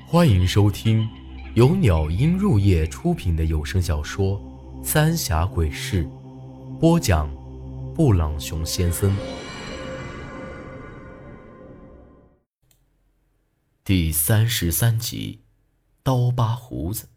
欢迎收听由鸟音入夜出品的有声小说《三峡鬼事》，播讲布朗熊先生。第33集，刀疤胡子。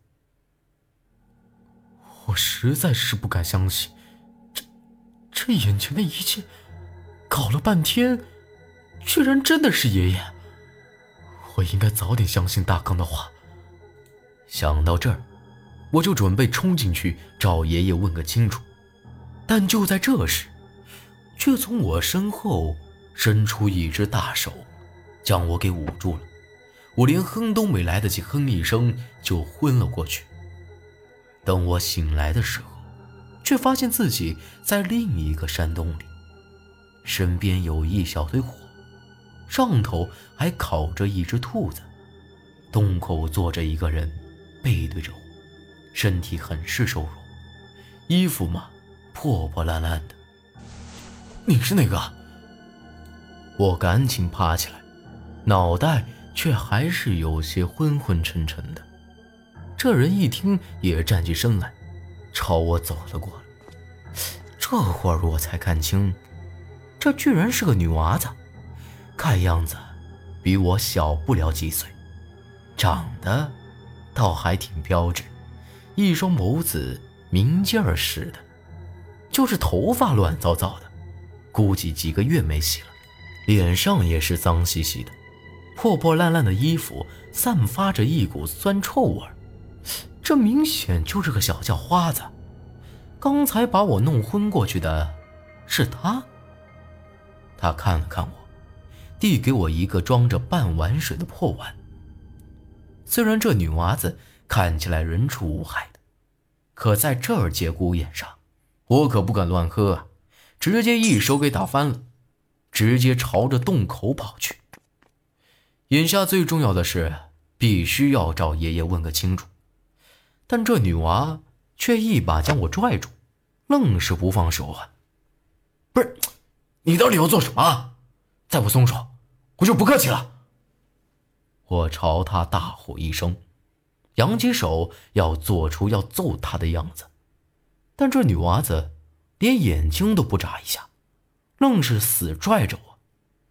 我实在是不敢相信，这眼前的一切，搞了半天，居然真的是爷爷。我应该早点相信大刚的话。想到这儿，我就准备冲进去找爷爷问个清楚。但就在这时，却从我身后伸出一只大手，将我给捂住了。我连哼都没来得及哼一声，就昏了过去。等我醒来的时候，却发现自己在另一个山洞里，身边有一小堆火，上头还烤着一只兔子，洞口坐着一个人，背对着我，身体很是瘦弱，衣服嘛破破烂烂的。你是哪个？我赶紧爬起来，脑袋却还是有些昏昏沉沉的。这人一听也站起身来，朝我走了过来。这会儿我才看清，这居然是个女娃子，看样子比我小不了几岁，长得倒还挺标致，一双眸子明镜儿似的，就是头发乱糟糟的，估计几个月没洗了，脸上也是脏兮兮的，破破烂烂的衣服散发着一股酸臭味，这明显就是个小叫花子。刚才把我弄昏过去的是他。他看了看我，递给我一个装着半碗水的破碗。虽然这女娃子看起来人畜无害的，可在这儿节骨眼上，我可不敢乱喝啊，直接一手给打翻了，直接朝着洞口跑去。眼下最重要的是必须要找爷爷问个清楚，但这女娃却一把将我拽住，愣是不放手啊。不是，你到底要做什么啊？再不松手，我就不客气了。我朝他大吼一声，扬起手要做出要揍他的样子，但这女娃子连眼睛都不眨一下，愣是死拽着我。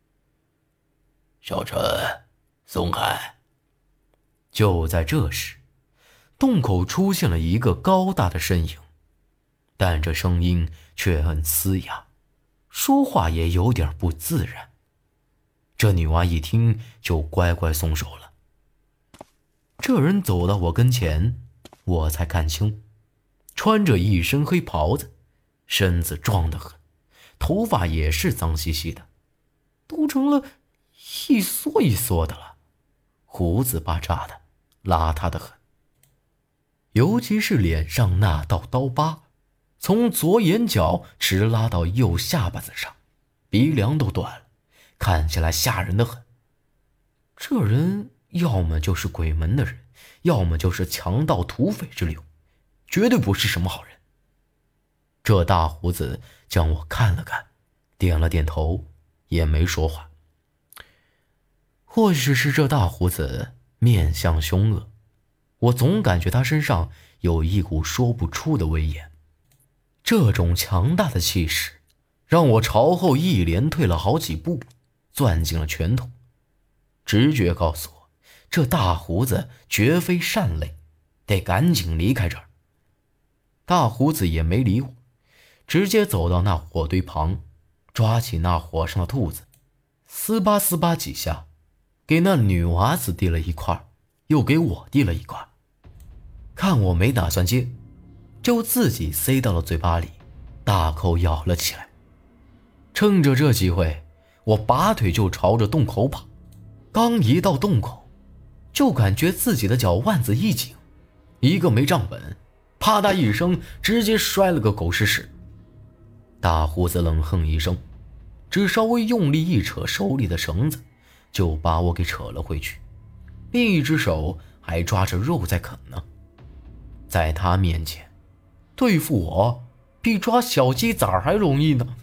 小陈，松开。 就在这时，洞口出现了一个高大的身影，但这声音却很嘶哑，说话也有点不自然。这女娃一听就乖乖松手了。这人走到我跟前，我才看清，穿着一身黑袍子，身子壮得很，头发也是脏兮兮的，都成了一缩一缩的了，胡子巴扎的，邋遢得很。尤其是脸上那道刀疤，从左眼角直拉到右下巴子上，鼻梁都断了，看起来吓人得很。这人要么就是鬼门的人，要么就是强盗土匪之流，绝对不是什么好人。这大胡子将我看了看，点了点头，也没说话。或许是这大胡子面相凶恶，我总感觉他身上有一股说不出的威严。这种强大的气势让我朝后一连退了好几步，攥紧了拳头。直觉告诉我，这大胡子绝非善类，得赶紧离开这儿。大胡子也没理我，直接走到那火堆旁，抓起那火上的兔子，撕吧撕吧几下，给那女娃子递了一块，又给我递了一块。看我没打算接，就自己塞到了嘴巴里，大口咬了起来。趁着这机会，我拔腿就朝着洞口跑。刚一到洞口，就感觉自己的脚腕子一紧，一个没站稳，啪嗒一声，直接摔了个狗吃屎。大胡子冷哼一声，只稍微用力一扯手里的绳子，就把我给扯了回去，另一只手还抓着肉在啃呢。在他面前，对付我比抓小鸡崽儿还容易呢。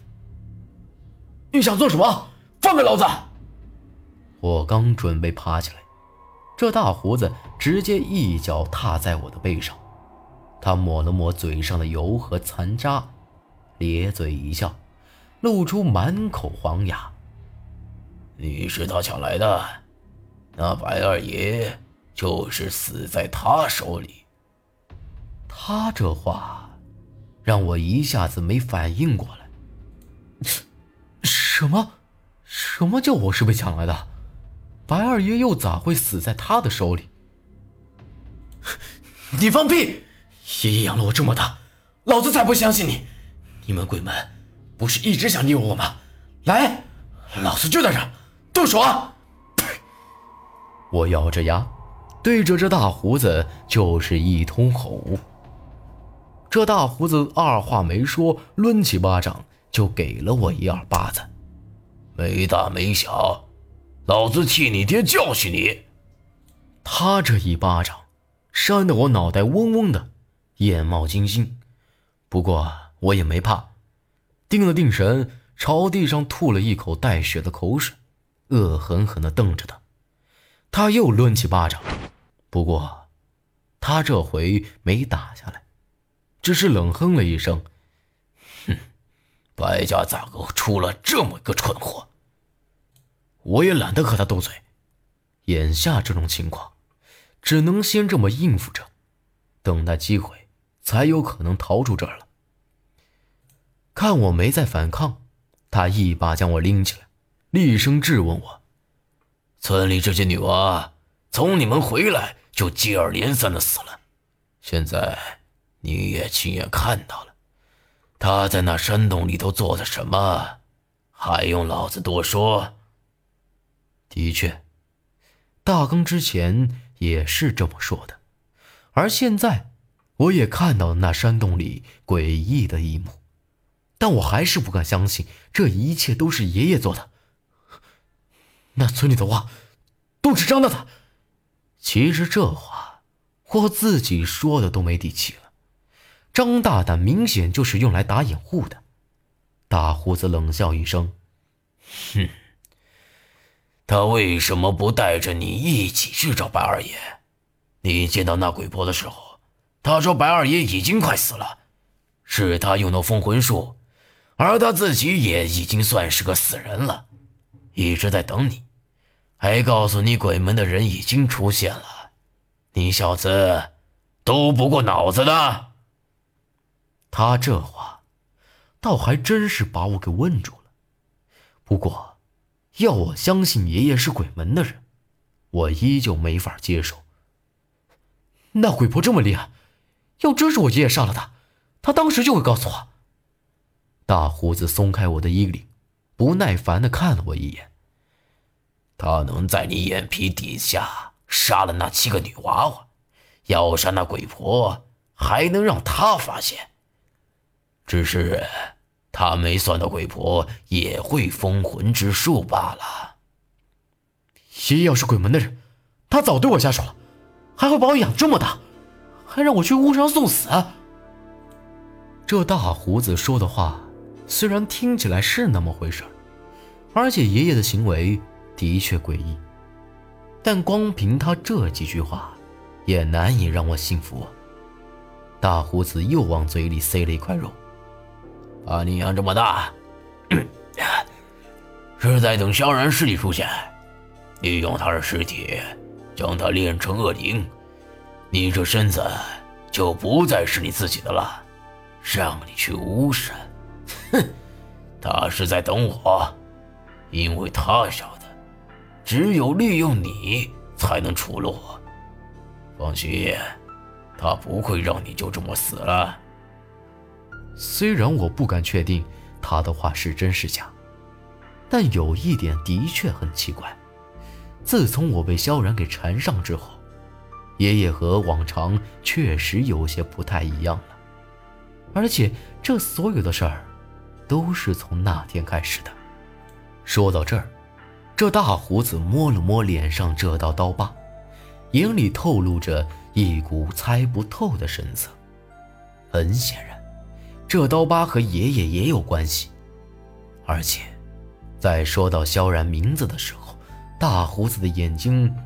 你想做什么？放开老子！ 我刚准备爬起来， 这大胡子直接一脚踏在我的背上，他抹了抹嘴上的油和残渣，咧嘴一笑，露出满口黄牙。 你是他抢来的，那白二爷就是死在他手里。 他这话让我一下子没反应过来。什么叫我是被抢来的？白二爷又咋会死在他的手里？你放屁！爷爷养了我这么大，老子才不相信你！你们鬼门不是一直想利用我吗？来，老子就在这儿，动手啊！我咬着牙，对着这大胡子就是一通吼。这大胡子二话没说，抡起巴掌就给了我一耳巴子。 没大没小，老子替你爹教训你！ 他这一巴掌扇得我脑袋嗡嗡的，眼冒金星。不过我也没怕，定了定神，朝地上吐了一口带血的口水，恶狠狠地瞪着他。他又抡起巴掌，不过他这回没打下来，只是冷哼了一声。 哼，白家咋个出了这么个蠢货？ 我也懒得和他斗嘴，眼下这种情况只能先这么应付着，等待机会才有可能逃出这儿了。看我没再反抗，他一把将我拎起来，厉声质问我： 村里这些女娃从你们回来就接二连三的死了，现在你也亲眼看到了，她在那山洞里头做的什么，还用老子多说？ 的确，大更之前也是这么说的，而现在我也看到了那山洞里诡异的一幕，但我还是不敢相信这一切都是爷爷做的。那村里的话都是张大的。其实这话我自己说的都没底气了，张大胆明显就是用来打掩护的。大胡子冷笑一声： 哼，他为什么不带着你一起去找白二爷？你见到那鬼婆的时候，他说白二爷已经快死了，是他用的封魂术，而他自己也已经算是个死人了，一直在等你，还告诉你鬼门的人已经出现了，你小子都不过脑子的。 他这话倒还真是把我给问住了。不过要我相信爷爷是鬼门的人，我依旧没法接受。那鬼婆这么厉害，要真是我爷爷杀了她，他当时就会告诉我。大胡子松开我的衣领，不耐烦地看了我一眼。 他能在你眼皮底下杀了那7个女娃娃，要杀那鬼婆还能让他发现，只是他没算到鬼婆也会封魂之术罢了。 爷爷要是鬼门的人，他早对我下手了，还会把我养这么大，还让我去巫山送死。这大胡子说的话虽然听起来是那么回事，而且爷爷的行为的确诡异，但光凭他这几句话也难以让我信服。大胡子又往嘴里塞了一块肉。 把你养这么大，是在等萧然尸体出现，利用他的尸体将他炼成恶灵，你这身子就不再是你自己的了，让你去巫山。哼，他是在等我，因为他晓得只有利用你才能出路。放心，他不会让你就这么死了。 虽然我不敢确定他的话是真是假，但有一点的确很奇怪，自从我被萧然给缠上之后，爷爷和往常确实有些不太一样了，而且这所有的事儿都是从那天开始的。说到这儿，这大胡子摸了摸脸上这道刀疤，眼里透露着一股猜不透的神色。很显然，这刀疤和爷爷也有关系。而且在说到萧然名字的时候，大胡子的眼睛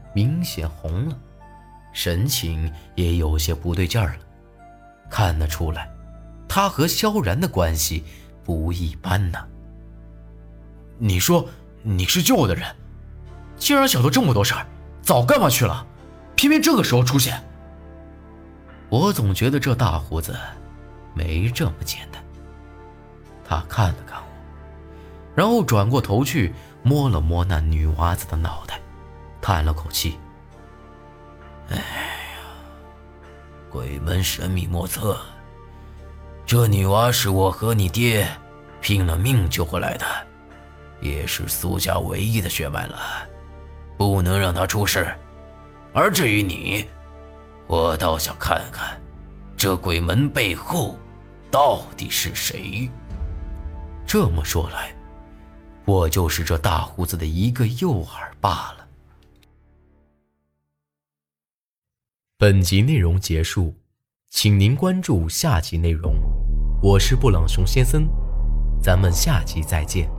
明显红了，神情也有些不对劲儿了。看得出来，他和萧然的关系不一般呐。你说你是救我的人，既然晓得这么多事儿，早干嘛去了？偏偏这个时候出现。我总觉得这大胡子没这么简单。他看了看我，然后转过头去摸了摸那女娃子的脑袋，叹了口气。 哎呀，鬼门神秘莫测，这女娃是我和你爹拼了命救回来的，也是苏家唯一的血脉了，不能让她出事。而至于你，我倒想看看这鬼门背后到底是谁。 这么说来，我就是这大胡子的一个诱饵罢了。本集内容结束，请您关注下集内容。我是布朗熊先生，咱们下集再见。